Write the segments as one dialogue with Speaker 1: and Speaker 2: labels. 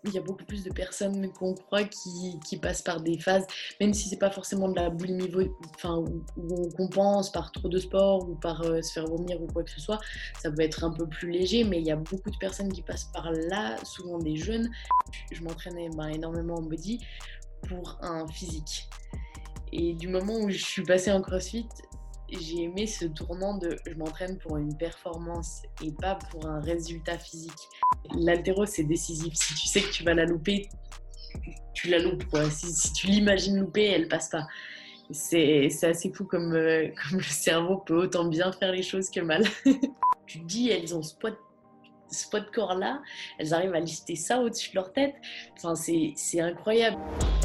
Speaker 1: il y a beaucoup plus de personnes qu'on croit qui passent par des phases, même si c'est pas forcément de la boulimie, enfin, où on compense par trop de sport ou par se faire vomir ou quoi que ce soit. Ça peut être un peu plus léger, mais il y a beaucoup de personnes qui passent par là, souvent des jeunes. Je m'entraînais énormément en body pour un physique. Et du moment où je suis passée en CrossFit, j'ai aimé ce tournant de je m'entraîne pour une performance et pas pour un résultat physique. L'haltéro, c'est décisif. Si tu sais que tu vas la louper, tu la loupes, quoi. Si tu l'imagines louper, elle passe pas. C'est assez fou comme le cerveau peut autant bien faire les choses que mal. Tu te dis, elles ont ce poids de corps-là, elles arrivent à lister ça au-dessus de leur tête. Enfin, c'est incroyable.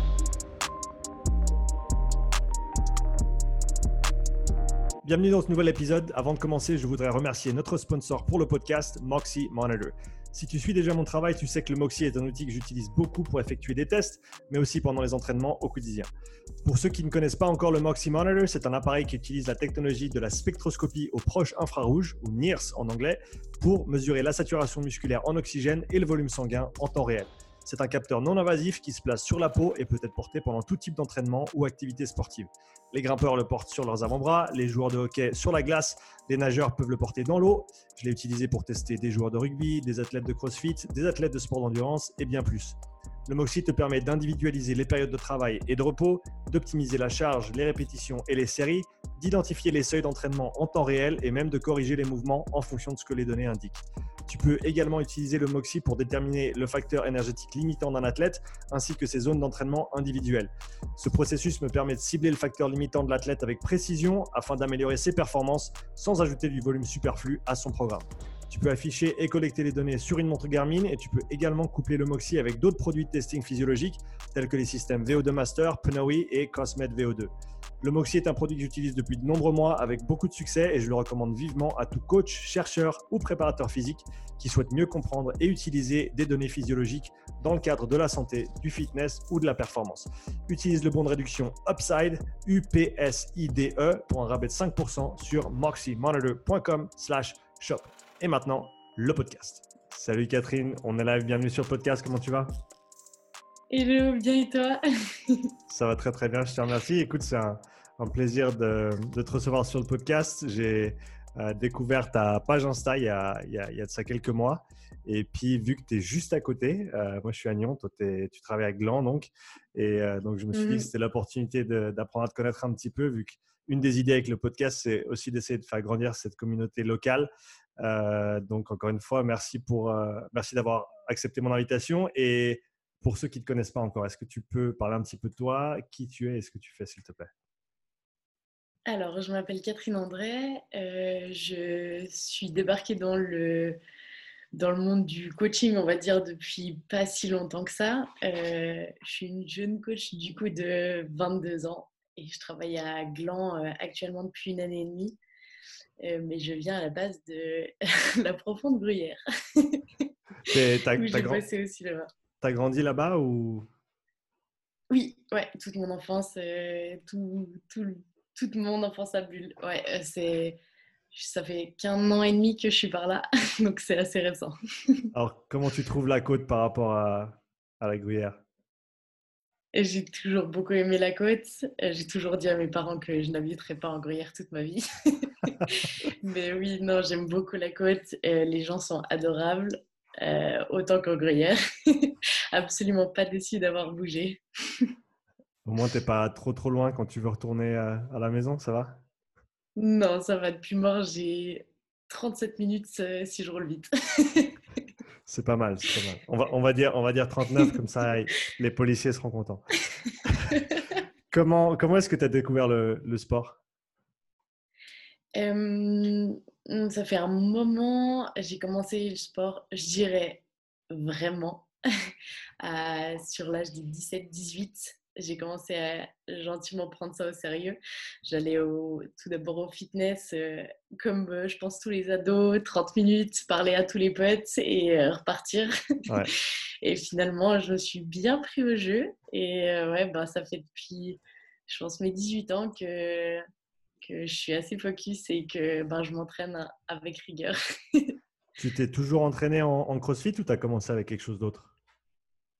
Speaker 2: Bienvenue dans ce nouvel épisode. Avant de commencer, je voudrais remercier notre sponsor pour le podcast, Moxy Monitor. Si tu suis déjà mon travail, tu sais que le Moxy est un outil que j'utilise beaucoup pour effectuer des tests, mais aussi pendant les entraînements au quotidien. Pour ceux qui ne connaissent pas encore le Moxy Monitor, c'est un appareil qui utilise la technologie de la spectroscopie au proche infrarouge, ou NIRS en anglais, pour mesurer la saturation musculaire en oxygène et le volume sanguin en temps réel. C'est un capteur non invasif qui se place sur la peau et peut être porté pendant tout type d'entraînement ou activité sportive. Les grimpeurs le portent sur leurs avant-bras, les joueurs de hockey sur la glace, les nageurs peuvent le porter dans l'eau. Je l'ai utilisé pour tester des joueurs de rugby, des athlètes de crossfit, des athlètes de sport d'endurance et bien plus. Le Moxy te permet d'individualiser les périodes de travail et de repos, d'optimiser la charge, les répétitions et les séries, d'identifier les seuils d'entraînement en temps réel et même de corriger les mouvements en fonction de ce que les données indiquent. Tu peux également utiliser le Moxy pour déterminer le facteur énergétique limitant d'un athlète ainsi que ses zones d'entraînement individuelles. Ce processus me permet de cibler le facteur limitant de l'athlète avec précision afin d'améliorer ses performances sans ajouter du volume superflu à son programme. Tu peux afficher et collecter les données sur une montre Garmin et tu peux également coupler le Moxy avec d'autres produits de testing physiologique tels que les systèmes VO2 Master, Pnoe et Cosmed VO2. Le Moxy est un produit que j'utilise depuis de nombreux mois avec beaucoup de succès et je le recommande vivement à tout coach, chercheur ou préparateur physique qui souhaite mieux comprendre et utiliser des données physiologiques dans le cadre de la santé, du fitness ou de la performance. Utilise le bon de réduction UPSIDE, UPSIDE pour un rabais de 5% sur moxymonitor.com/shop. Et maintenant, le podcast. Salut Catherine, on est live, bienvenue sur le podcast, comment tu vas?
Speaker 1: Hello, bien et toi?
Speaker 2: Ça va très très bien, je te remercie. Écoute, c'est un plaisir de te recevoir sur le podcast. J'ai découvert ta page Insta il y a de ça quelques mois. Et puis, vu que tu es juste à côté, moi je suis à Nyon, toi tu travailles à Gland donc. Et donc, je me suis dit que c'était l'opportunité d'apprendre à te connaître un petit peu, vu qu'une des idées avec le podcast, c'est aussi d'essayer de faire grandir cette communauté locale. Donc, encore une fois, merci d'avoir accepté mon invitation. Et pour ceux qui ne te connaissent pas encore, est-ce que tu peux parler un petit peu de toi, qui tu es et ce que tu fais, s'il te plaît?
Speaker 1: Alors, je m'appelle Catherine André. Je suis débarquée dans le monde du coaching, on va dire, depuis pas si longtemps que ça. Je suis une jeune coach du coup de 22 ans et je travaille à Gland actuellement depuis une année et demie. Mais je viens à la base de la profonde Gruyère, où j'ai bossé aussi là-bas.
Speaker 2: T'as grandi là-bas ou?
Speaker 1: Oui, ouais, toute mon enfance, toute mon enfance à Bulle. Ouais, ça fait qu'un an et demi que je suis par là, donc c'est assez récent.
Speaker 2: Alors, comment tu trouves la côte par rapport à la Gruyère?
Speaker 1: Et j'ai toujours beaucoup aimé la côte. J'ai toujours dit à mes parents que je n'habiterais pas en Gruyère toute ma vie. Mais oui, non, j'aime beaucoup la côte. Les gens sont adorables, autant qu'en Gruyère. Absolument pas déçue d'avoir bougé.
Speaker 2: Au moins, t'es pas trop trop loin quand tu veux retourner à la maison, ça va?
Speaker 1: Non, ça va, depuis mort, j'ai 37 minutes si je roule vite.
Speaker 2: C'est pas mal, c'est pas mal. On va dire 39, comme ça, les policiers seront contents. Comment est-ce que tu as découvert le sport?
Speaker 1: Euh, Ça fait un moment, j'ai commencé le sport, je dirais vraiment, sur l'âge de 17-18. J'ai commencé à gentiment prendre ça au sérieux. J'allais tout d'abord au fitness, comme je pense tous les ados, 30 minutes, parler à tous les potes et repartir.
Speaker 2: Ouais.
Speaker 1: Et finalement, je me suis bien pris au jeu. Et ouais, bah, ça fait depuis, je pense, mes 18 ans que je suis assez focus et que ben, je m'entraîne avec rigueur.
Speaker 2: Tu t'es toujours entraîné en CrossFit ou tu as commencé avec quelque chose d'autre?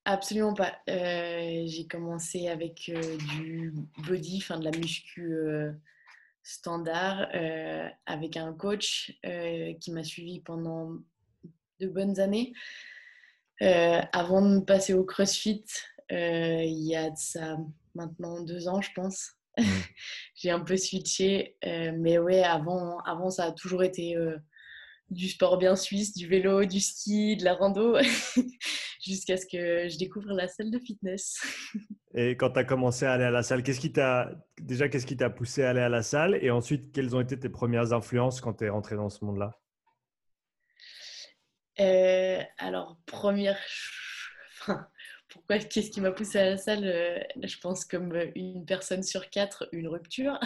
Speaker 1: Absolument pas. J'ai commencé avec du body, enfin de la muscu standard, avec un coach qui m'a suivi pendant de bonnes années. Avant de me passer au CrossFit, il y a de ça maintenant 2 ans, je pense.
Speaker 2: Mhm.
Speaker 1: J'ai un peu switché, mais ouais, avant ça a toujours été du sport bien suisse, du vélo, du ski, de la rando, jusqu'à ce que je découvre la salle de fitness.
Speaker 2: Et quand tu as commencé à aller à la salle, qu'est-ce qui t'a poussé à aller à la salle? Et ensuite, quelles ont été tes premières influences quand tu es rentré dans ce monde-là?
Speaker 1: Alors, enfin, pourquoi, qu'est-ce qui m'a poussée à la salle? Je pense comme une personne sur 4, une rupture.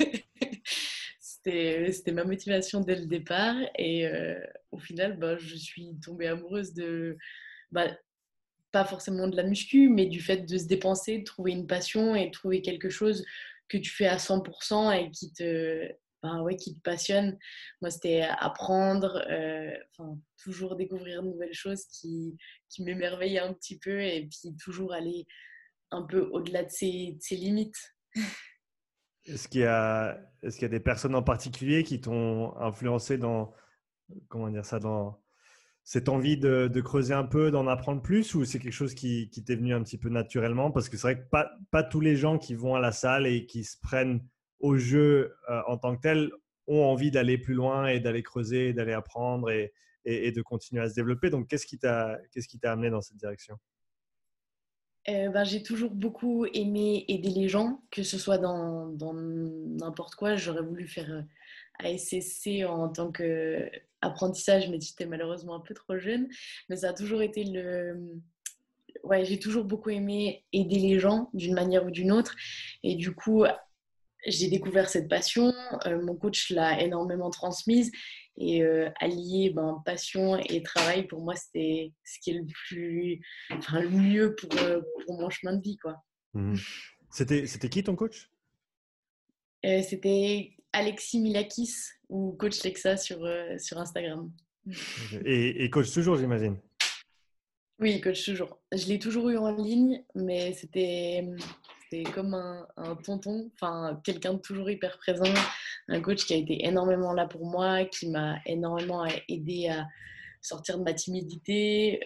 Speaker 1: C'était ma motivation dès le départ. Et au final, bah, je suis tombée amoureuse bah, pas forcément de la muscu, mais du fait de se dépenser, de trouver une passion et de trouver quelque chose que tu fais à 100% et ben ouais, qui te passionne. Moi, c'était apprendre, toujours découvrir de nouvelles choses qui m'émerveillaient un petit peu et puis toujours aller un peu au-delà de ses limites.
Speaker 2: Est-ce qu'il y a des personnes en particulier qui t'ont influencé dans, comment dire ça, dans cette envie de creuser un peu, d'en apprendre plus, ou c'est quelque chose qui t'est venu un petit peu naturellement? Parce que c'est vrai que pas tous les gens qui vont à la salle et qui se prennent au jeu en tant que tel ont envie d'aller plus loin et d'aller creuser, d'aller apprendre et de continuer à se développer. Donc, qu'est-ce qui t'a amené dans cette direction?
Speaker 1: Ben, j'ai toujours beaucoup aimé aider les gens, que ce soit dans n'importe quoi. J'aurais voulu faire ASSC en tant qu'apprentissage, mais j'étais malheureusement un peu trop jeune. Mais ça a toujours été Ouais, j'ai toujours beaucoup aimé aider les gens d'une manière ou d'une autre. Et du coup, j'ai découvert cette passion. Mon coach l'a énormément transmise. Et allier ben, passion et travail, pour moi, c'était ce qui est le mieux pour mon chemin de vie, quoi.
Speaker 2: Mhm. C'était qui ton coach?
Speaker 1: C'était Alexis Milakis ou Coach Lexa sur Instagram.
Speaker 2: Ok. Et coach toujours, j'imagine.
Speaker 1: Oui, coach toujours. Je l'ai toujours eu en ligne, mais c'était comme un tonton, enfin quelqu'un de toujours hyper présent, un coach qui a été énormément là pour moi, qui m'a énormément aidé à sortir de ma timidité,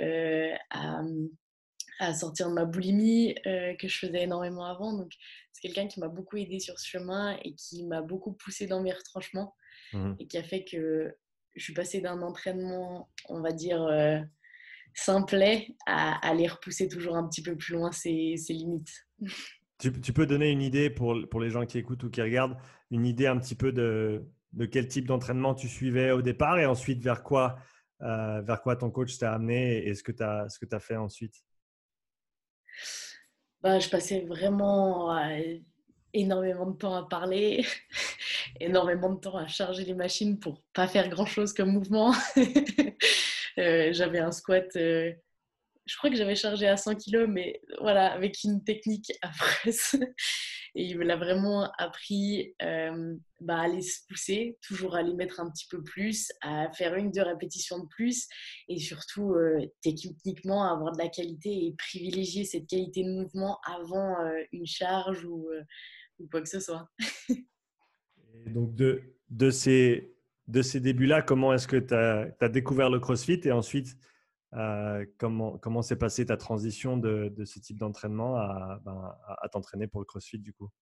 Speaker 1: à sortir de ma boulimie que je faisais énormément avant. Donc c'est quelqu'un qui m'a beaucoup aidé sur ce chemin et qui m'a beaucoup poussé dans mes retranchements
Speaker 2: Mhm.
Speaker 1: et qui a fait que je suis passée d'un entraînement, on va dire, simplet à aller repousser toujours un petit peu plus loin ses limites.
Speaker 2: Tu peux donner une idée pour les gens qui écoutent ou qui regardent, une idée un petit peu de quel type d'entraînement tu suivais au départ et ensuite vers quoi ton coach t'a amené et ce que tu as fait ensuite.
Speaker 1: Bah, je passais vraiment énormément de temps à parler, énormément de temps à charger les machines pour pas faire grand chose comme mouvement. J'avais un squat, je crois que j'avais chargé à 100 kilos, mais voilà, avec une technique affreuse. Et il me l'a vraiment appris bah, à aller se pousser, toujours à aller mettre un petit peu plus, à faire 1, 2 répétitions de plus et surtout techniquement avoir de la qualité et privilégier cette qualité de mouvement avant une charge ou quoi que ce soit.
Speaker 2: Et donc, de ces débuts-là, comment est-ce que tu as découvert le CrossFit et ensuite, comment s'est passée ta transition de ce type d'entraînement à t'entraîner pour le CrossFit du coup?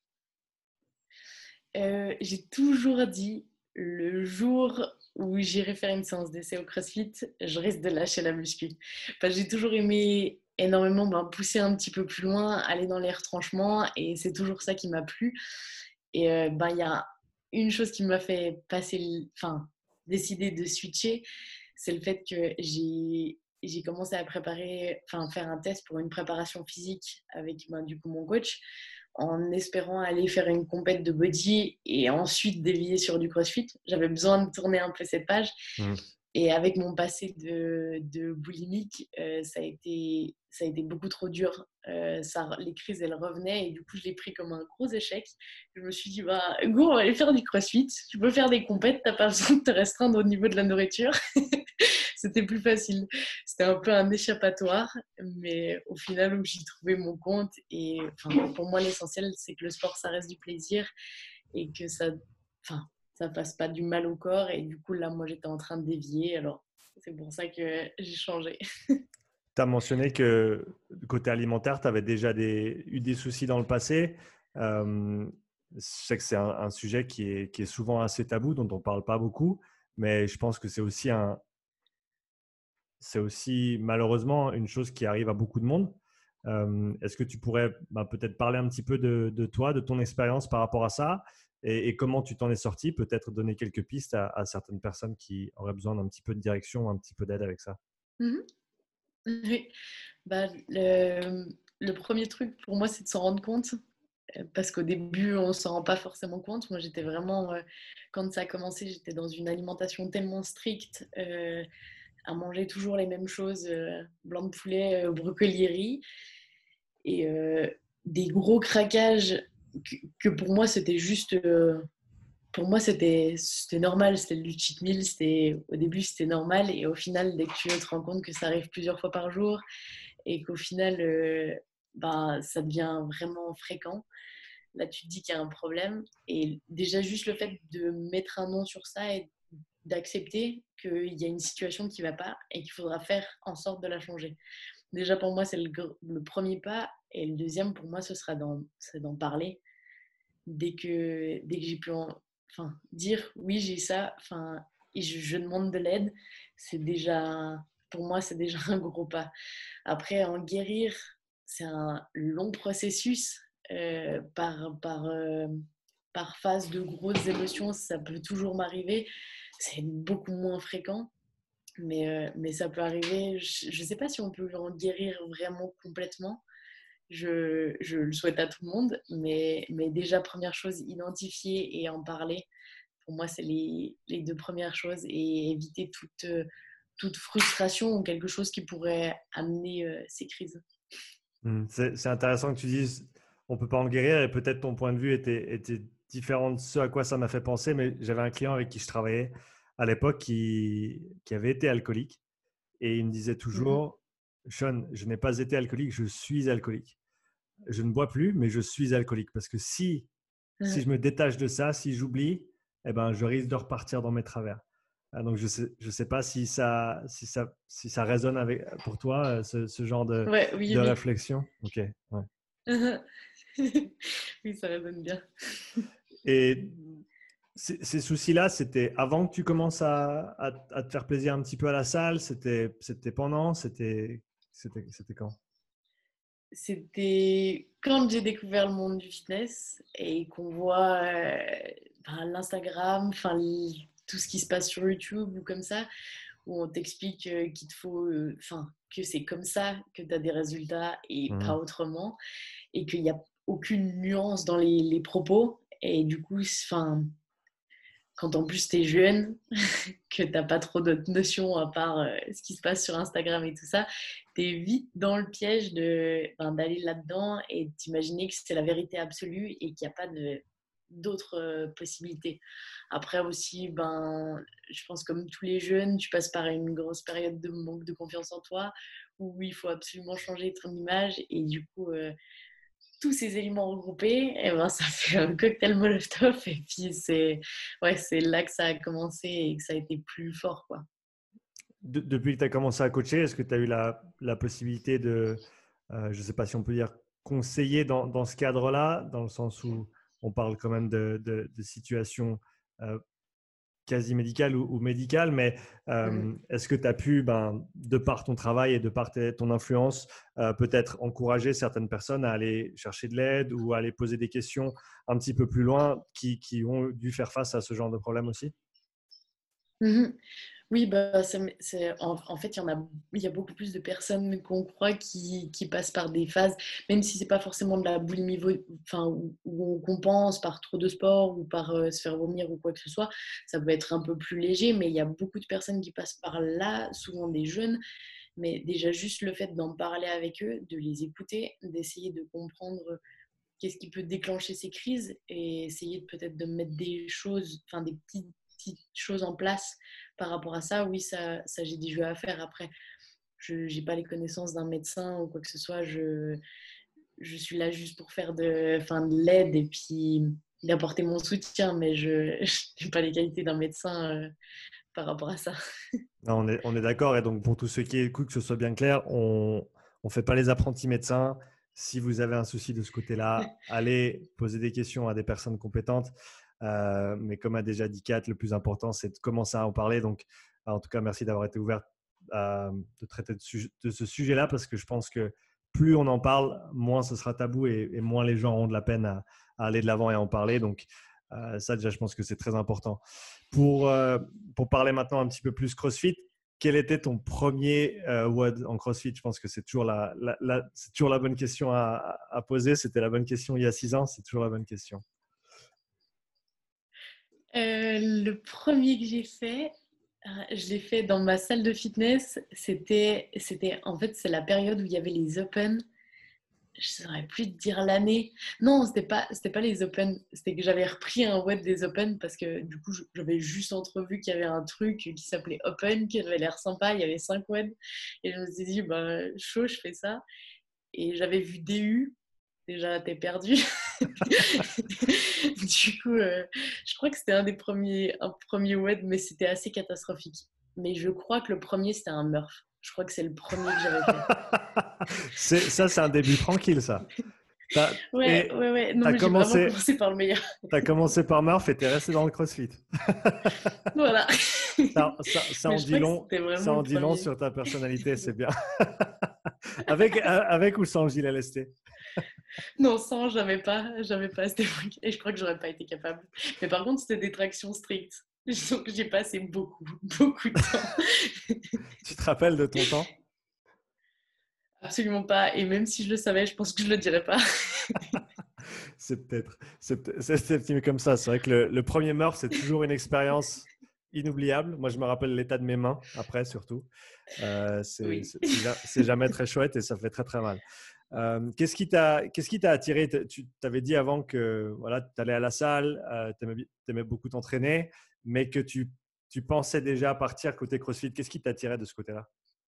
Speaker 1: J'ai toujours dit, le jour où j'irai faire une séance d'essai au CrossFit, je risque de lâcher la muscu. Enfin, j'ai toujours aimé énormément ben, pousser un petit peu plus loin, aller dans les retranchements, et c'est toujours ça qui m'a plu. Et ben, il y a une chose qui m'a fait décider de switcher, c'est le fait que j'ai commencé à faire un test pour une préparation physique avec ben, du coup mon coach en espérant aller faire une compète de body et ensuite dévier sur du crossfit. J'avais besoin de tourner un peu cette page.
Speaker 2: Mhm.
Speaker 1: Et avec mon passé de boulimique, ça a été beaucoup trop dur. Les crises, elles revenaient et du coup, je l'ai pris comme un gros échec. Je me suis dit, bah, go, on va aller faire du crossfit. Tu peux faire des compètes, t'as pas besoin de te restreindre au niveau de la nourriture. c'était plus facile. C'était un peu un échappatoire, mais au final, où j'y trouvais mon compte. Et enfin, pour moi, l'essentiel, c'est que le sport, ça reste du plaisir et que enfin, ça fasse pas du mal au corps. Et du coup, là, moi, j'étais en train de dévier. Alors, c'est pour ça que j'ai changé.
Speaker 2: Tu as mentionné que côté alimentaire, tu avais déjà eu des soucis dans le passé. Je sais que c'est un sujet qui est souvent assez tabou, dont on ne parle pas beaucoup, mais je pense que c'est aussi malheureusement une chose qui arrive à beaucoup de monde. Est-ce que tu pourrais peut-être parler un petit peu de toi, de ton expérience par rapport à ça et comment tu t'en es sorti, peut-être donner quelques pistes à certaines personnes qui auraient besoin d'un petit peu de direction, un petit peu d'aide avec ça?
Speaker 1: Mhm. Oui. Bah, le premier truc pour moi, c'est de s'en rendre compte. Parce qu'au début, on ne s'en rend pas forcément compte. Moi, j'étais vraiment, quand ça a commencé, j'étais dans une alimentation tellement stricte, à manger toujours les mêmes choses, blanc de poulet, brocoli, riz, et des gros craquages que pour moi, c'était juste... pour moi, c'était normal, c'était du cheat meal, au début, c'était normal, et au final, dès que tu te rends compte que ça arrive plusieurs fois par jour, et qu'au final, bah, ça devient vraiment fréquent, là, tu te dis qu'il y a un problème. Et déjà, juste le fait de mettre un nom sur ça et d'accepter qu'il y a une situation qui ne va pas et qu'il faudra faire en sorte de la changer. Déjà, pour moi, c'est le premier pas. Et le deuxième, pour moi, c'est d'en parler dès que j'ai pu enfin, dire oui, j'ai ça, enfin, et je demande de l'aide. C'est déjà, pour moi, c'est déjà un gros pas. Après, en guérir, c'est un long processus. Par phase de grosses émotions, ça peut toujours m'arriver. C'est beaucoup moins fréquent, mais ça peut arriver. Je ne sais pas si on peut en guérir vraiment complètement. Je le souhaite à tout le monde, mais déjà, première chose, identifier et en parler. Pour moi, c'est les deux premières choses, et éviter toute frustration ou quelque chose qui pourrait amener ces crises.
Speaker 2: C'est intéressant que tu dises on ne peut pas en guérir et peut-être ton point de vue était différent de ce à quoi ça m'a fait penser, mais j'avais un client avec qui je travaillais à l'époque qui avait été alcoolique et il me disait
Speaker 1: Mhm.
Speaker 2: toujours Sean, je n'ai pas été alcoolique, je suis alcoolique. Je ne bois plus, mais je suis alcoolique parce que si je me détache de ça, si j'oublie, eh ben, je risque de repartir dans mes travers. Donc, je sais pas si ça résonne pour toi, ce genre
Speaker 1: Ouais, oui,
Speaker 2: de
Speaker 1: oui.
Speaker 2: réflexion. Ok. Ouais.
Speaker 1: Oui, ça résonne bien.
Speaker 2: Et ces soucis-là, c'était avant que tu commences à te faire plaisir un petit peu à la salle? C'était pendant? C'était quand?
Speaker 1: C'était quand j'ai découvert le monde du fitness et qu'on voit l'Instagram, tout ce qui se passe sur YouTube ou comme ça, où on t'explique qu'il te faut, que c'est comme ça que tu as des résultats et pas
Speaker 2: Mhm.
Speaker 1: autrement, et qu'il n'y a aucune nuance dans les propos. Et du coup, quand en plus tu es jeune, que tu n'as pas trop d'autres notions à part ce qui se passe sur Instagram et tout ça, tu es vite dans le piège d'aller là-dedans et d'imaginer que c'est la vérité absolue et qu'il n'y a pas d'autres possibilités. Après aussi, je pense comme tous les jeunes, tu passes par une grosse période de manque de confiance en toi où il faut absolument changer ton image, et du coup, tous ces éléments regroupés, et ben, ça fait un cocktail Molotov, et puis c'est là que ça a commencé et que ça a été plus fort, quoi.
Speaker 2: Depuis que tu as commencé à coacher, est-ce que tu as eu la possibilité je ne sais pas si on peut dire conseiller dans ce cadre-là, dans le sens où on parle quand même de situations euh, quasi médicales ou médicales, mais
Speaker 1: Mhm.
Speaker 2: est-ce que tu as pu, de par ton travail et de par ton influence, peut-être encourager certaines personnes à aller chercher de l'aide ou à aller poser des questions un petit peu plus loin qui ont dû faire face à ce genre de problème aussi?
Speaker 1: Mhm. Oui, en fait, il y a beaucoup plus de personnes qu'on croit qui passent par des phases, même si c'est pas forcément de la boulimie, où on compense par trop de sport ou par se faire vomir ou quoi que ce soit. Ça peut être un peu plus léger, mais il y a beaucoup de personnes qui passent par là, souvent des jeunes. Mais déjà, juste le fait d'en parler avec eux, de les écouter, d'essayer de comprendre qu'est-ce qui peut déclencher ces crises, et essayer peut-être de mettre des choses, des petites choses en place par rapport à ça, oui, ça j'ai des jeux à faire. Après, je n'ai pas les connaissances d'un médecin ou quoi que ce soit. Je suis là juste pour faire de l'aide et puis d'apporter mon soutien, mais je n'ai pas les qualités d'un médecin par rapport à ça.
Speaker 2: Non, on est d'accord. Et donc, pour tous ceux qui écoutent, que ce soit bien clair, on ne fait pas les apprentis médecins. Si vous avez un souci de ce côté-là, allez poser des questions à des personnes compétentes. Mais comme a déjà dit Kat, le plus important, c'est de commencer à en parler. Donc, en tout cas, merci d'avoir été ouverte de traiter de ce sujet-là, parce que je pense que plus on en parle, moins ce sera tabou et moins les gens auront de la peine à aller de l'avant et à en parler. Donc, ça, déjà, je pense que c'est très important. Pour parler maintenant un petit peu plus CrossFit, quel était ton premier WOD en CrossFit? Je pense que c'est toujours c'est toujours la bonne question à poser. C'était la bonne question il y a 6 ans, c'est toujours la bonne question.
Speaker 1: Le premier que j'ai fait, je l'ai fait dans ma salle de fitness. En fait, c'est la période où il y avait les Open. Je ne saurais plus te dire l'année. Non, c'était pas les Open. C'était que j'avais repris un web des Open parce que du coup, j'avais juste entrevu qu'il y avait un truc qui s'appelait Open, qui avait l'air sympa. Il y avait 5 web. Et je me suis dit, bah, chaud, je fais ça. Et j'avais vu DU. Déjà, t'es perdu. Du coup, je crois que c'était un premier web, mais c'était assez catastrophique. Mais je crois que le premier, c'était un Murph. Je crois que c'est le premier que j'avais fait.
Speaker 2: Ça, c'est un début tranquille, ça.
Speaker 1: Ouais, ouais, ouais.
Speaker 2: Tu
Speaker 1: Non,
Speaker 2: as
Speaker 1: mais j'ai vraiment
Speaker 2: commencé,
Speaker 1: commencé par le meilleur.
Speaker 2: t'as commencé par Murph et tu es resté dans le CrossFit.
Speaker 1: Voilà.
Speaker 2: Ça
Speaker 1: Mais
Speaker 2: en
Speaker 1: je
Speaker 2: dit
Speaker 1: crois que
Speaker 2: long,
Speaker 1: c'était
Speaker 2: ça
Speaker 1: vraiment
Speaker 2: en
Speaker 1: le
Speaker 2: dit long
Speaker 1: premier.
Speaker 2: sur ta personnalité, c'est bien. Avec ou sans Gilles LST?
Speaker 1: Non, sans, j'avais pas cette époque. Et je crois que j'aurais pas été capable. Mais par contre, c'était des tractions strictes. Donc j'ai passé beaucoup, beaucoup de temps.
Speaker 2: Tu te rappelles de ton temps?
Speaker 1: Absolument pas. Et même si je le savais, je pense que je le dirais pas.
Speaker 2: C'est comme ça. C'est vrai que le premier Murph, c'est toujours une expérience inoubliable. Moi, je me rappelle l'état de mes mains après, surtout.
Speaker 1: Oui.
Speaker 2: C'est jamais très chouette et ça fait très très mal. Qu'est-ce qui t'a attiré? Tu t'avais dit avant que voilà, tu allais à la salle, tu aimais beaucoup t'entraîner, mais que tu pensais déjà partir côté CrossFit. Qu'est-ce qui t'attirait de ce côté-là?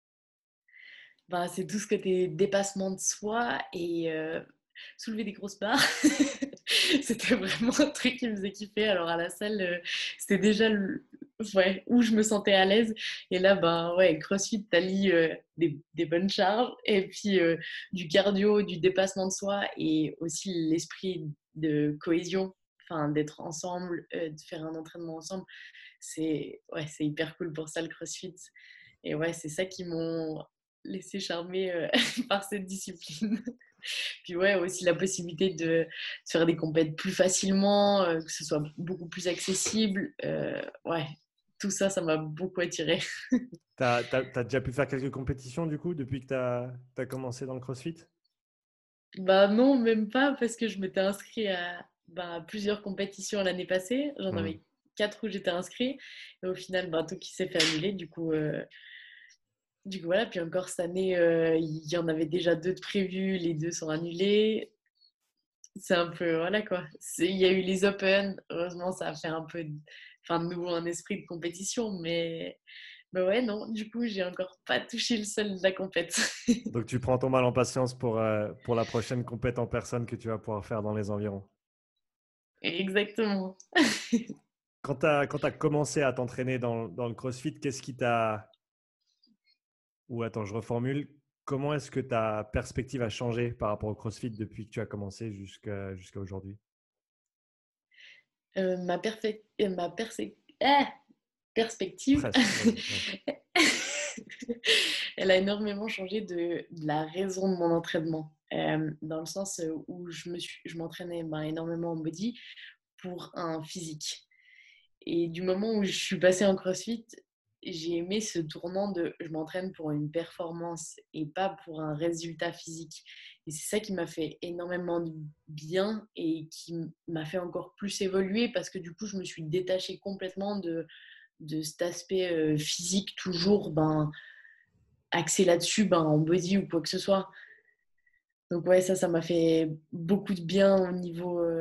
Speaker 1: Bah, c'est tout ce côté dépassement de soi et soulever des grosses barres. C'était vraiment un truc qui me faisait kiffer. Alors à la salle, c'était déjà ouais, où je me sentais à l'aise. Et là, ben ouais, CrossFit, t'allies des bonnes charges et puis du cardio, du dépassement de soi et aussi l'esprit de cohésion, enfin d'être ensemble, de faire un entraînement ensemble. C'est hyper cool pour ça le CrossFit. Et ouais, c'est ça qui m'ont laissé charmer par cette discipline. Puis ouais, aussi la possibilité de faire des compètes plus facilement, que ce soit beaucoup plus accessible. Ouais, tout ça, ça m'a beaucoup attiré.
Speaker 2: T'as déjà pu faire quelques compétitions du coup depuis que tu as commencé dans le CrossFit?
Speaker 1: Bah non, même pas, parce que je m'étais inscrite à plusieurs compétitions l'année passée. J'en
Speaker 2: Hmm.
Speaker 1: avais 4 où j'étais inscrite. Et au final, tout qui s'est fait annuler. Du coup, voilà. Puis encore cette année, il y en avait déjà 2 de prévus. Les 2 sont annulés. C'est un peu, voilà quoi. Il y a eu les Open. Heureusement, ça a fait un peu, enfin, de nouveau un esprit de compétition. Mais ouais, non. Du coup, j'ai encore pas touché le sol de la compète.
Speaker 2: Donc tu prends ton mal en patience pour la prochaine compète en personne que tu vas pouvoir faire dans les environs.
Speaker 1: Exactement.
Speaker 2: Quand tu as commencé à t'entraîner dans le CrossFit, qu'est-ce qui t'a... Ou attends, je reformule. Comment est-ce que ta perspective a changé par rapport au CrossFit depuis que tu as commencé jusqu'à aujourd'hui?
Speaker 1: Ma, perspective,
Speaker 2: Presque, vas-y. Ouais.
Speaker 1: elle a énormément changé de la raison de mon entraînement. Dans le sens où je m'entraînais énormément en body pour un physique. Et du moment où je suis passée en CrossFit, j'ai aimé ce tournant de je m'entraîne pour une performance et pas pour un résultat physique. Et c'est ça qui m'a fait énormément de bien et qui m'a fait encore plus évoluer parce que du coup, je me suis détachée complètement de cet aspect physique toujours axé là-dessus en body ou quoi que ce soit. Donc ouais, ça m'a fait beaucoup de bien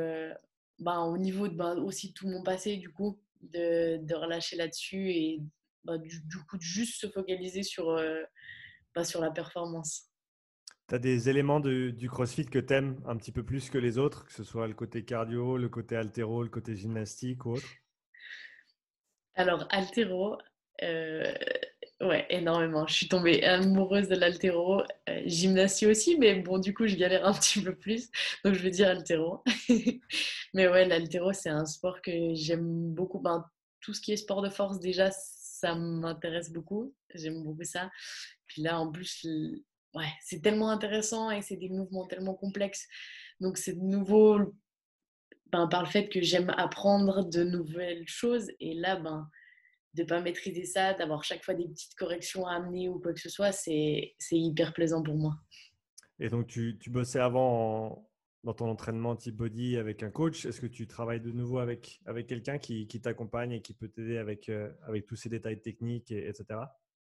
Speaker 1: au niveau aussi de tout mon passé du coup, de relâcher là-dessus et du coup, de juste se focaliser sur la performance.
Speaker 2: Tu as des éléments du CrossFit que tu aimes un petit peu plus que les autres, que ce soit le côté cardio, le côté haltéro, le côté gymnastique ou autre?
Speaker 1: Alors, haltéro, euh, ouais, énormément. Je suis tombée amoureuse de l'haltéro. Gymnastie aussi, mais bon, du coup, je galère un petit peu plus. Donc, je vais dire haltéro. Mais ouais, l'haltéro, c'est un sport que j'aime beaucoup. Ben, tout ce qui est sport de force, déjà, ça m'intéresse beaucoup. J'aime beaucoup ça. Puis là, en plus, ouais, c'est tellement intéressant et c'est des mouvements tellement complexes. Donc, c'est de nouveau, ben, par le fait que j'aime apprendre de nouvelles choses. Et là, ben, de pas maîtriser ça, d'avoir chaque fois des petites corrections à amener ou quoi que ce soit, c'est hyper plaisant pour moi.
Speaker 2: Et donc, tu bossais avant dans ton entraînement type body avec un coach. Est-ce que tu travailles de nouveau avec quelqu'un qui t'accompagne et qui peut t'aider avec tous ces détails techniques, etc.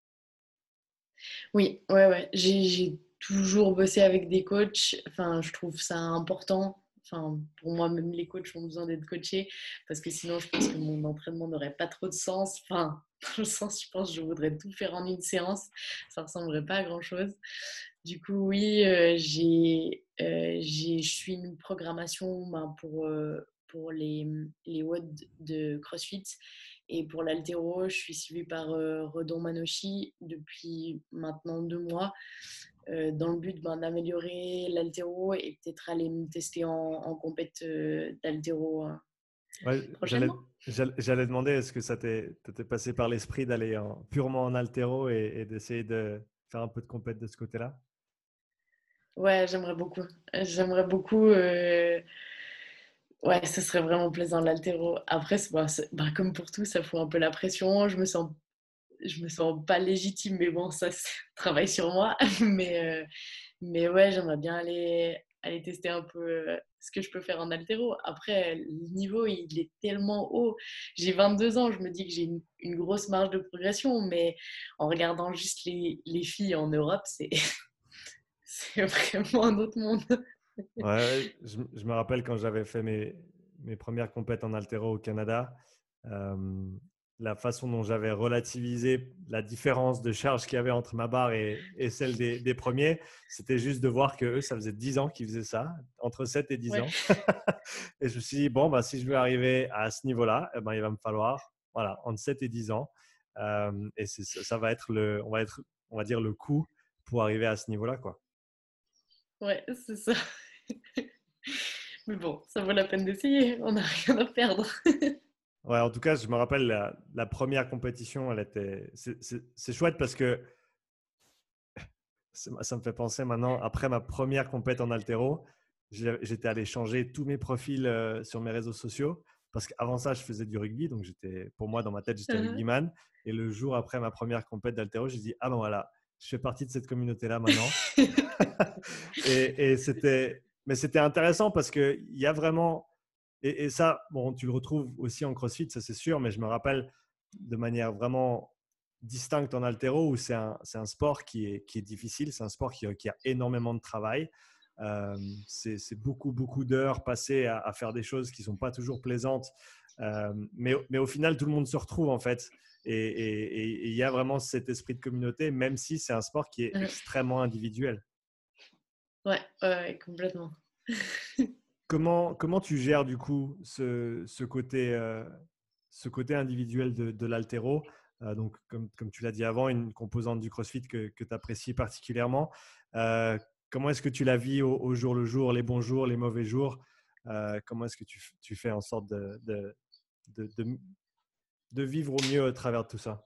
Speaker 1: Oui, ouais, ouais. J'ai toujours bossé avec des coachs. Enfin, je trouve ça important. Enfin, pour moi, même les coachs ont besoin d'être coachés parce que sinon, je pense que mon entraînement n'aurait pas trop de sens. Enfin, dans le sens, je pense que je voudrais tout faire en une séance. Ça ressemblerait pas à grand-chose. Du coup, oui, je suis une programmation ben, pour les WOD de CrossFit. Et pour l'haltéro, je suis suivie par Redon Manochi depuis maintenant 2 mois, dans le but ben, d'améliorer l'haltéro et peut-être aller me tester en compète d'haltéro
Speaker 2: Ouais,
Speaker 1: prochainement.
Speaker 2: j'allais demander, est-ce que ça t'était passé par l'esprit d'aller purement en haltéro et d'essayer de faire un peu de compète de ce côté-là?
Speaker 1: Ouais, j'aimerais beaucoup. J'aimerais beaucoup. Ouais, ce serait vraiment plaisant l'haltéro. Après, bah, comme pour tout, ça fout un peu la pression. Je me sens pas légitime, mais bon, ça, c'est un travail sur moi. Mais ouais, j'aimerais bien aller tester un peu ce que je peux faire en haltéro. Après, le niveau, il est tellement haut. J'ai 22 ans, je me dis que j'ai une grosse marge de progression, mais en regardant juste les filles en Europe, c'est vraiment un autre monde.
Speaker 2: Ouais, ouais, je me rappelle quand j'avais fait mes premières compètes en haltéro au Canada, euh, la façon dont j'avais relativisé la différence de charge qu'il y avait entre ma barre et celle des premiers, c'était juste de voir que eux, ça faisait 10 ans qu'ils faisaient ça, entre 7 et 10
Speaker 1: Ouais,
Speaker 2: ans. Et je me suis dit, bon, bah, si je veux arriver à ce niveau-là, eh ben, il va me falloir voilà, entre 7 et 10 ans. Et ça va être on va dire, le coût pour arriver à ce niveau-là, quoi.
Speaker 1: ouais, c'est ça. Mais bon, ça vaut la peine d'essayer, on n'a rien à perdre.
Speaker 2: Ouais, en tout cas, je me rappelle la première compétition, c'est chouette parce que ça me fait penser maintenant, après ma première compète en haltéro, j'étais allé changer tous mes profils sur mes réseaux sociaux parce qu'avant ça, je faisais du rugby, donc pour moi, dans ma tête, j'étais rugbyman. Et le jour après ma première compète d'haltéro, j'ai dit, ah ben voilà, je fais partie de cette communauté-là maintenant. Mais c'était intéressant parce qu'il y a vraiment, et ça, bon, tu le retrouves aussi en CrossFit, ça c'est sûr, mais je me rappelle de manière vraiment distincte en haltéro où c'est un sport qui est difficile, c'est un sport qui a énormément de travail. C'est beaucoup, beaucoup d'heures passées à faire des choses qui ne sont pas toujours plaisantes. Mais au final, tout le monde se retrouve en fait. Et il y a vraiment cet esprit de communauté, même si c'est un sport qui est extrêmement individuel.
Speaker 1: Ouais, ouais, ouais, complètement.
Speaker 2: Comment tu gères du coup ce côté individuel de l'haltéro? Donc, comme tu l'as dit avant, une composante du CrossFit que tu apprécies particulièrement. Euh, Comment est-ce que tu la vis au jour le jour, les bons jours, les mauvais jours? Comment est-ce que tu fais en sorte de, de- de vivre au mieux à travers tout ça?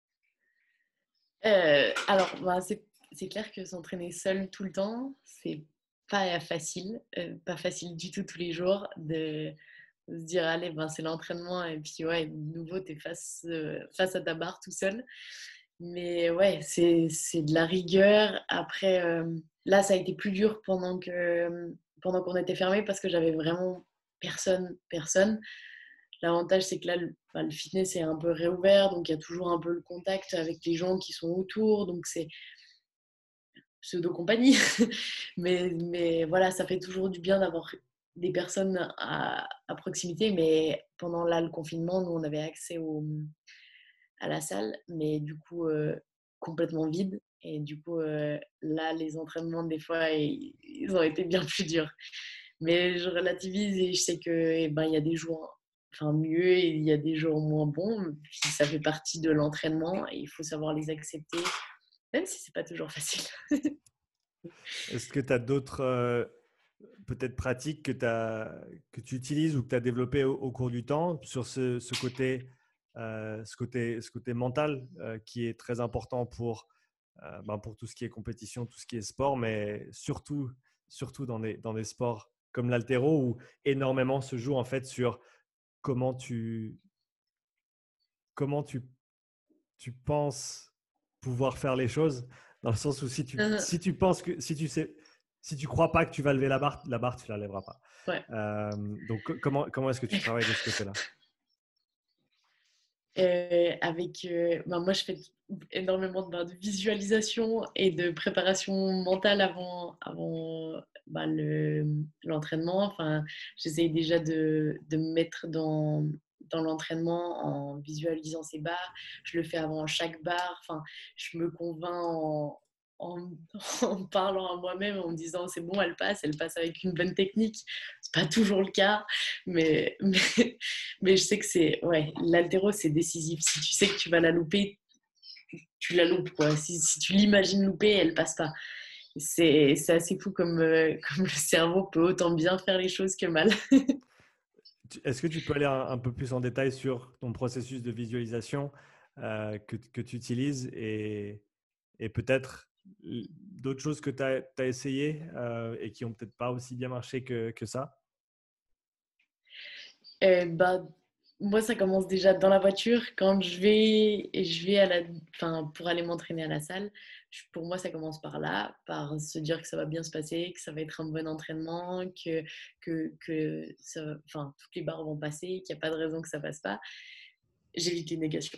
Speaker 1: Alors, bah, c'est clair que s'entraîner seul tout le temps, c'est pas facile, pas facile du tout tous les jours de se dire, allez, ben, c'est l'entraînement et puis ouais, de nouveau, tu es face à ta barre tout seul. Mais ouais, c'est de la rigueur. Après, là, ça a été plus dur pendant qu'on était fermé parce que j'avais vraiment personne, personne. L'avantage, c'est que là, le fitness est un peu réouvert, donc il y a toujours un peu le contact avec les gens qui sont autour, donc c'est pseudo-compagnie. Mais voilà, ça fait toujours du bien d'avoir des personnes à proximité. Mais pendant là, le confinement, nous, on avait accès à la salle, mais du coup, complètement vide. Et du coup, là, les entraînements, des fois, ils ont été bien plus durs. Mais je relativise et je sais que, eh ben, il y a des jours, enfin, mieux et il y a des jours moins bons. Puis ça fait partie de l'entraînement et il faut savoir les accepter, même si c'est pas toujours facile.
Speaker 2: Est-ce que tu as d'autres peut-être pratiques que tu utilises ou que tu as développées au cours du temps sur ce côté mental qui est très important pour tout ce qui est compétition, tout ce qui est sport, mais surtout dans des sports comme l'haltéro où énormément se joue en fait sur comment tu, comment tu penses pouvoir faire les choses, dans le sens où si tu penses que si tu crois pas que tu vas lever la barre tu la lèveras pas.
Speaker 1: Ouais.
Speaker 2: Donc comment est-ce que tu travailles de ce côté-là?
Speaker 1: Avec, ben, moi, je fais énormément de visualisation et de préparation mentale avant bah, l'entraînement. Enfin, j'essaye déjà de me mettre dans l'entraînement en visualisant ces barres. Je le fais avant chaque barre. Enfin, je me convainc en, en parlant à moi-même, en me disant c'est bon, elle passe avec une bonne technique. C'est pas toujours le cas, mais mais je sais que ouais, l'haltéro, c'est décisif. Si tu sais que tu vas la louper, tu la loupes, quoi. Si tu l'imagines louper, elle passe pas. C'est assez fou comme le cerveau peut autant bien faire les choses que mal.
Speaker 2: Est-ce que tu peux aller un peu plus en détail sur ton processus de visualisation que tu utilises et peut-être d'autres choses que tu as essayé et qui ont peut-être pas aussi bien marché que ça?
Speaker 1: Bah, moi, ça commence déjà dans la voiture. Quand je vais enfin, pour aller m'entraîner à la salle, pour moi, ça commence par là, par se dire que ça va bien se passer, que ça va être un bon entraînement, que enfin, toutes les barres vont passer, qu'il n'y a pas de raison que ça passe pas. J'évite les négations.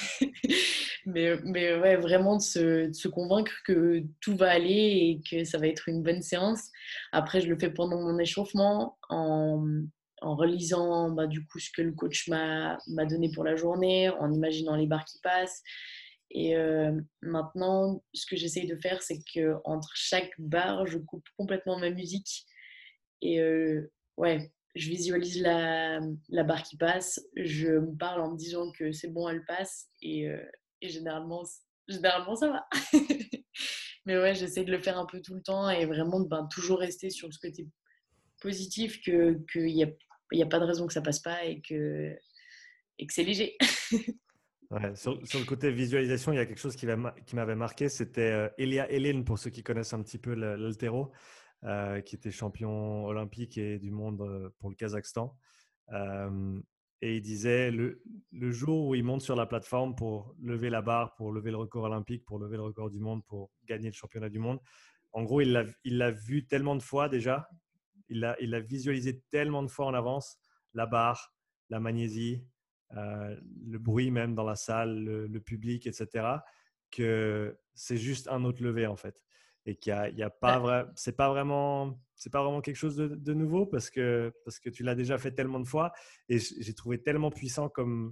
Speaker 1: Mais ouais, vraiment de se convaincre que tout va aller et que ça va être une bonne séance. Après, je le fais pendant mon échauffement en relisant bah, du coup ce que le coach m'a donné pour la journée, en imaginant les barres qui passent. Et maintenant, ce que j'essaye de faire, c'est qu'entre chaque barre, je coupe complètement ma musique. Et ouais, je visualise la barre qui passe, je me parle en me disant que c'est bon, elle passe, et généralement ça va. Mais ouais, j'essaie de le faire un peu tout le temps et vraiment de ben, toujours rester sur ce côté positif, qu'il y a pas de raison que ça passe pas et que c'est léger.
Speaker 2: Ouais, sur le côté visualisation, il y a quelque chose qui m'avait marqué, c'était Elia Elin, pour ceux qui connaissent un petit peu l'haltéro, qui était champion olympique et du monde pour le Kazakhstan. Euh, et il disait, le jour où il monte sur la plateforme pour lever la barre, pour lever le record olympique, pour lever le record du monde, pour gagner le championnat du monde, en gros, il l'a vu tellement de fois déjà, il l'a visualisé tellement de fois en avance, la barre, la magnésie, le bruit même dans la salle, le public, etc., que c'est juste un autre lever en fait. Et il y a pas
Speaker 1: Ouais.
Speaker 2: vrai, c'est pas vraiment quelque chose de nouveau parce que tu l'as déjà fait tellement de fois et j'ai trouvé tellement puissant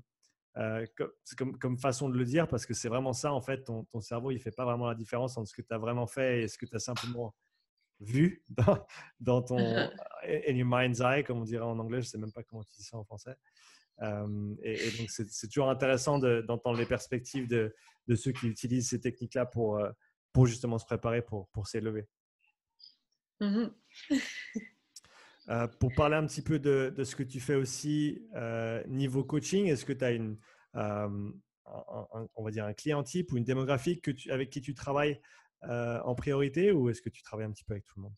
Speaker 2: comme façon de le dire parce que c'est vraiment ça en fait, ton cerveau il fait pas vraiment la différence entre ce que tu as vraiment fait et ce que tu as simplement vu dans ton in your mind's eye, comme on dirait en anglais, je sais même pas comment tu dis ça en français. Et donc, c'est toujours intéressant d'entendre les perspectives de ceux qui utilisent ces techniques-là pour justement se préparer pour s'élever.
Speaker 1: Mhm.
Speaker 2: Pour parler un petit peu de ce que tu fais aussi niveau coaching, est-ce que tu as on va dire un client type ou une démographique avec qui tu travailles en priorité ou est-ce que tu travailles un petit peu avec tout le monde?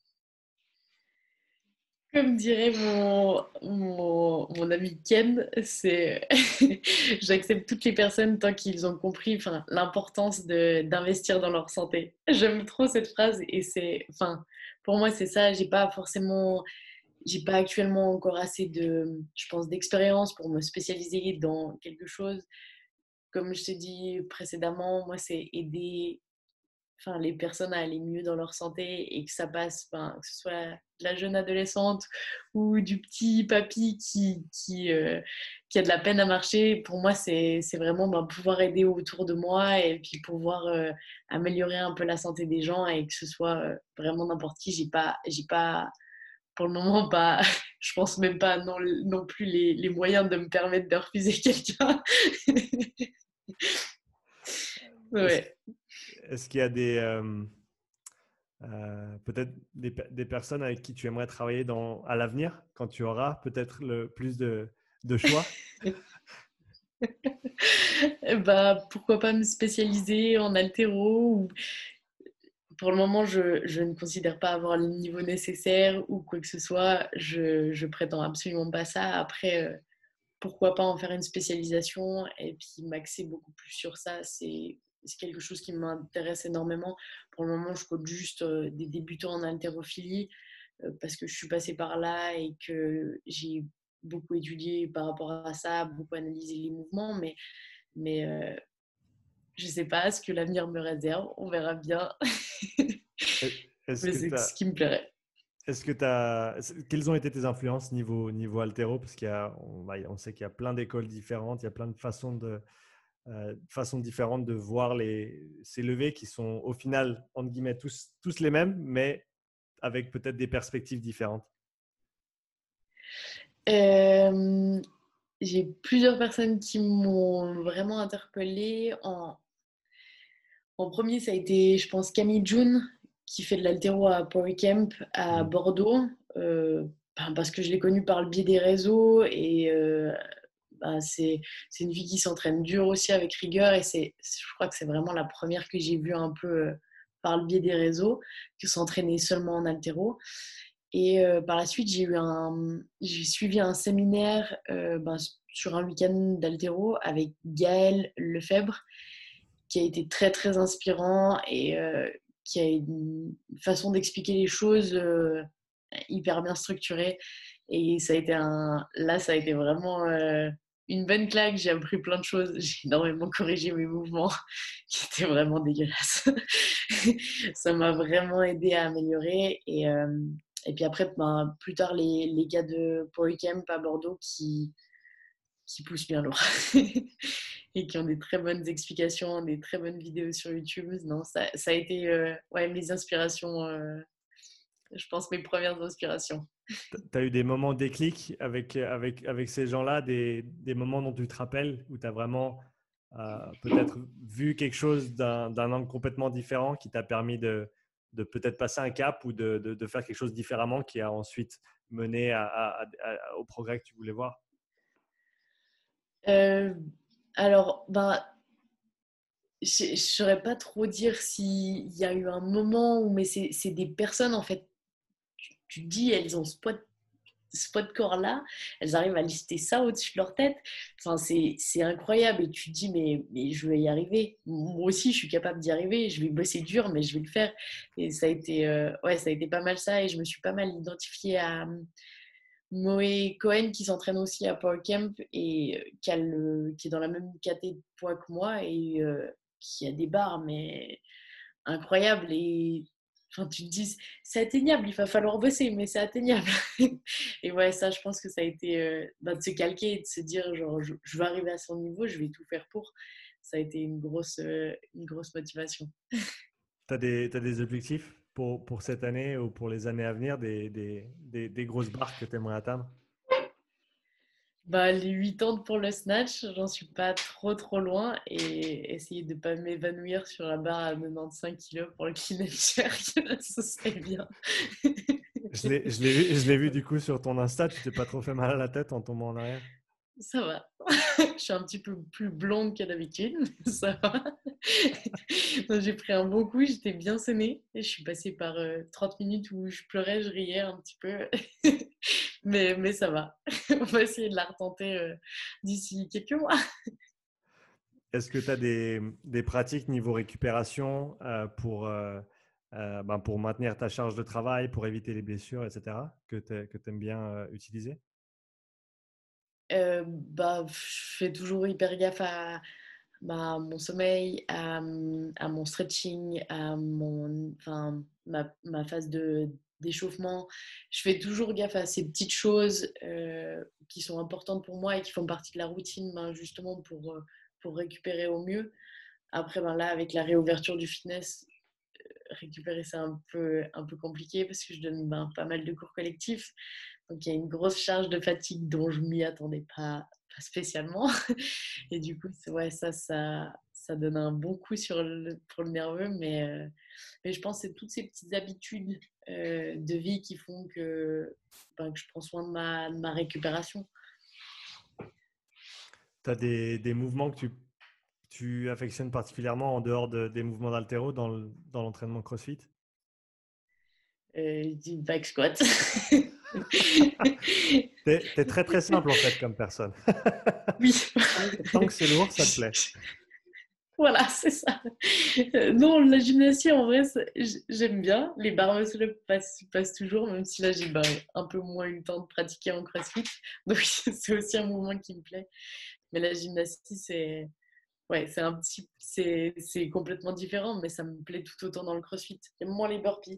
Speaker 1: Comme dirait mon ami Ken, c'est j'accepte toutes les personnes tant qu'ils ont compris enfin, l'importance d'investir dans leur santé. J'aime trop cette phrase et enfin, pour moi, c'est ça. J'ai pas actuellement encore assez je pense, d'expérience pour me spécialiser dans quelque chose. Comme je t'ai dit précédemment, moi, c'est aider enfin, les personnes à aller mieux dans leur santé et que ça passe, enfin, que ce soit de la jeune adolescente ou du petit papy qui a de la peine à marcher. Pour moi, c'est vraiment pouvoir aider autour de moi et puis pouvoir améliorer un peu la santé des gens et que ce soit vraiment n'importe qui. J'ai pas, pour le moment, pas, je pense même pas non plus les moyens de me permettre de refuser quelqu'un.
Speaker 2: Est-ce,
Speaker 1: Ouais.
Speaker 2: est-ce qu'il y a peut-être des personnes avec qui tu aimerais travailler à l'avenir, quand tu auras peut-être le plus de choix?
Speaker 1: Pourquoi pas me spécialiser en haltéro ou pour le moment, je ne considère pas avoir le niveau nécessaire ou quoi que ce soit. Je prétends absolument pas ça. Après, pourquoi pas en faire une spécialisation et puis m'axer beaucoup plus sur ça. C'est quelque chose qui m'intéresse énormément. Pour le moment, je coach juste des débutants en haltérophilie parce que je suis passée par là et que j'ai beaucoup étudié par rapport à ça, beaucoup analysé les mouvements, mais je sais pas ce que l'avenir me réserve. On verra bien.
Speaker 2: Est-ce
Speaker 1: Mais
Speaker 2: que
Speaker 1: c'est
Speaker 2: tu
Speaker 1: ce qui me plairait.
Speaker 2: Est-ce que quelles ont été tes influences niveau haltéro? Parce on sait qu'il y a plein d'écoles différentes, il y a plein de façons différentes de voir ces levées qui sont au final, entre guillemets, tous les mêmes, mais avec peut-être des perspectives différentes.
Speaker 1: Euh, j'ai plusieurs personnes qui m'ont vraiment interpellée. En premier, ça a été, je pense, Camille June, qui fait de l'haltéro à Power Camp à
Speaker 2: Mhm.
Speaker 1: Bordeaux, parce que je l'ai connue par le biais des réseaux et c'est une fille qui s'entraîne dur aussi avec rigueur et je crois que c'est vraiment la première que j'ai vue un peu par le biais des réseaux, qui s'entraînait seulement en haltéro. Et par la suite, j'ai suivi un séminaire sur un week-end d'haltéro avec Gaël Lefebvre, qui a été très très inspirant et qui a une façon d'expliquer les choses hyper bien structurée. Et ça a été vraiment une bonne claque. J'ai appris plein de choses. J'ai énormément corrigé mes mouvements qui étaient vraiment dégueulasses. Ça m'a vraiment aidé à améliorer. Et puis après, plus tard, les gars de Power Camp à Bordeaux qui poussent bien lourd et qui ont des très bonnes explications, des très bonnes vidéos sur YouTube. Non, ça a été ouais, mes inspirations, je pense mes premières inspirations.
Speaker 2: Tu as eu des moments déclics avec ces gens-là, des moments dont tu te rappelles, où tu as vraiment peut-être vu quelque chose d'un angle complètement différent qui t'a permis de peut-être passer un cap ou de faire quelque chose différemment qui a ensuite mené au progrès que tu voulais voir?
Speaker 1: Euh, alors, je ne saurais pas trop dire s'il y a eu un moment où, mais c'est des personnes, en fait, tu te dis, elles ont ce poids de corps-là, elles arrivent à lister ça au-dessus de leur tête. Enfin, c'est incroyable. Et tu te dis, mais je vais y arriver. Moi aussi, je suis capable d'y arriver. Je vais bosser dur, mais je vais le faire. Et ouais, ça a été pas mal ça. Et je me suis pas mal identifiée à Moé Cohen, qui s'entraîne aussi à Power Camp et qui est dans la même catégorie de poids que moi et qui a des barres, mais incroyables. Et enfin, tu te dis, c'est atteignable, il va falloir bosser, mais c'est atteignable. Et ouais, ça, je pense que ça a été de se calquer et de se dire, genre, je vais arriver à son niveau, je vais tout faire pour. Ça a été une grosse motivation.
Speaker 2: T'as des objectifs pour cette année ou pour les années à venir, des grosses barres que tu aimerais atteindre?
Speaker 1: Les 8 ans pour le snatch, j'en suis pas trop loin et essayer de pas m'évanouir sur la barre à 95 kilos pour le clean and jerk, ça serait bien.
Speaker 2: Je l'ai vu du coup sur ton Insta, tu t'es pas trop fait mal à la tête en tombant en arrière?
Speaker 1: Ça va. Je suis un petit peu plus blonde que d'habitude, mais ça va. Donc, j'ai pris un bon coup, j'étais bien sonnée. Et je suis passée par 30 minutes où je pleurais, je riais un petit peu. Mais ça va. On va essayer de la retenter d'ici quelques mois.
Speaker 2: Est-ce que tu as des pratiques niveau récupération pour maintenir ta charge de travail, pour éviter les blessures, etc., que tu aimes bien utiliser?
Speaker 1: Je fais toujours hyper gaffe mon sommeil, à mon stretching, ma phase d'échauffement. Je fais toujours gaffe à ces petites choses qui sont importantes pour moi et qui font partie de la routine, justement pour récupérer au mieux. Après, là, avec la réouverture du fitness, récupérer c'est un peu compliqué parce que je donne pas mal de cours collectifs. Donc il y a une grosse charge de fatigue dont je m'y attendais pas spécialement. Et du coup, ouais, ça donne un bon coup pour le nerveux. Mais je pense que c'est toutes ces petites habitudes de vie qui font que je prends soin de ma récupération.
Speaker 2: Tu as des mouvements que tu affectionnes particulièrement en dehors des mouvements d'haltéro dans l'entraînement CrossFit?
Speaker 1: Je dis back squat.
Speaker 2: T'es très très simple en fait comme personne.
Speaker 1: Oui.
Speaker 2: Tant que c'est lourd, ça te plaît.
Speaker 1: Voilà, c'est ça. Non, la gymnastique, en vrai, j'aime bien. Les barres muscle-up passent toujours, même si là, j'ai un peu moins eu le temps de pratiquer en CrossFit. Donc, c'est aussi un mouvement qui me plaît. Mais la gymnastique, ouais, c'est complètement différent, mais ça me plaît tout autant dans le CrossFit. J'aime moins les burpees.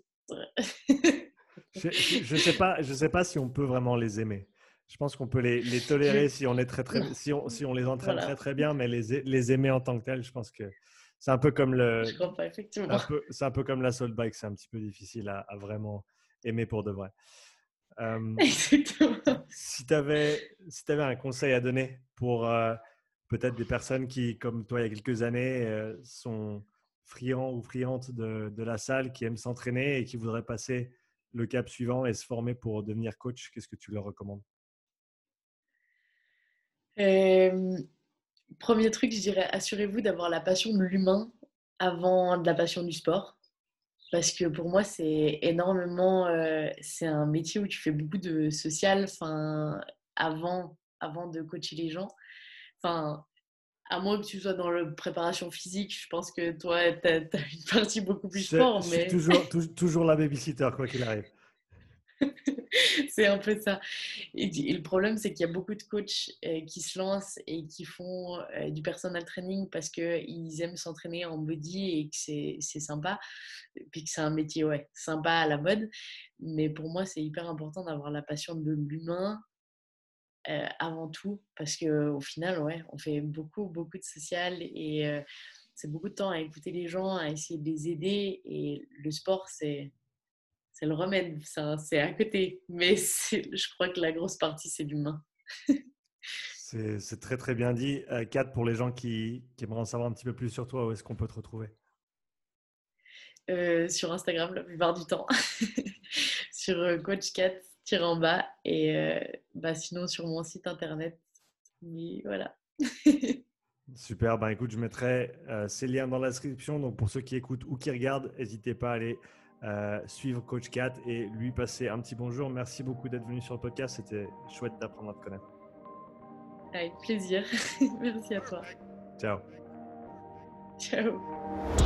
Speaker 2: Je sais pas si on peut vraiment les aimer. Je pense qu'on peut les tolérer si on est si on les entraîne
Speaker 1: Voilà,
Speaker 2: très très bien, mais les aimer en tant que tels, je pense que c'est un peu comme
Speaker 1: je crois pas, effectivement.
Speaker 2: c'est un peu comme l'assault bike, c'est un petit peu difficile à vraiment aimer pour de vrai.
Speaker 1: Exactement.
Speaker 2: Si tu avais un conseil à donner pour peut-être des personnes qui, comme toi il y a quelques années, sont friands ou friandes de la salle, qui aiment s'entraîner et qui voudraient passer le cap suivant et se former pour devenir coach, qu'est-ce que tu leur recommandes?
Speaker 1: Premier truc, je dirais, assurez-vous d'avoir la passion de l'humain avant de la passion du sport. Parce que pour moi, c'est un métier où tu fais beaucoup de social, avant de coacher les gens. Enfin, à moins que tu sois dans la préparation physique, je pense que toi, tu as une partie beaucoup plus
Speaker 2: Je
Speaker 1: sport,
Speaker 2: suis
Speaker 1: mais
Speaker 2: toujours la babysitter, quoi qu'il arrive.
Speaker 1: c'est un peu ça. Et le problème, c'est qu'il y a beaucoup de coachs qui se lancent et qui font du personal training parce qu'ils aiment s'entraîner en body et que c'est sympa. Et puis que c'est un métier sympa à la mode. Mais pour moi, c'est hyper important d'avoir la passion de l'humain avant tout. Parce qu'au final, on fait beaucoup, beaucoup de social et c'est beaucoup de temps à écouter les gens, à essayer de les aider. Et le sport, c'est le remède, c'est à côté. Mais je crois que la grosse partie, c'est l'humain.
Speaker 2: C'est très très bien dit. Kat, pour les gens qui aimeraient en savoir un petit peu plus sur toi, où est-ce qu'on peut te retrouver?
Speaker 1: Sur Instagram la plupart du temps. Sur coachcat en bas. Et sinon sur mon site internet. Mais voilà.
Speaker 2: Super, ben écoute, je mettrai ces liens dans la description. Donc pour ceux qui écoutent ou qui regardent, n'hésitez pas à aller suivre Coach Kat et lui passer un petit bonjour. Merci beaucoup d'être venu sur le podcast. C'était chouette d'apprendre à te connaître.
Speaker 1: Avec plaisir. Merci à toi.
Speaker 2: Ciao.
Speaker 1: Ciao.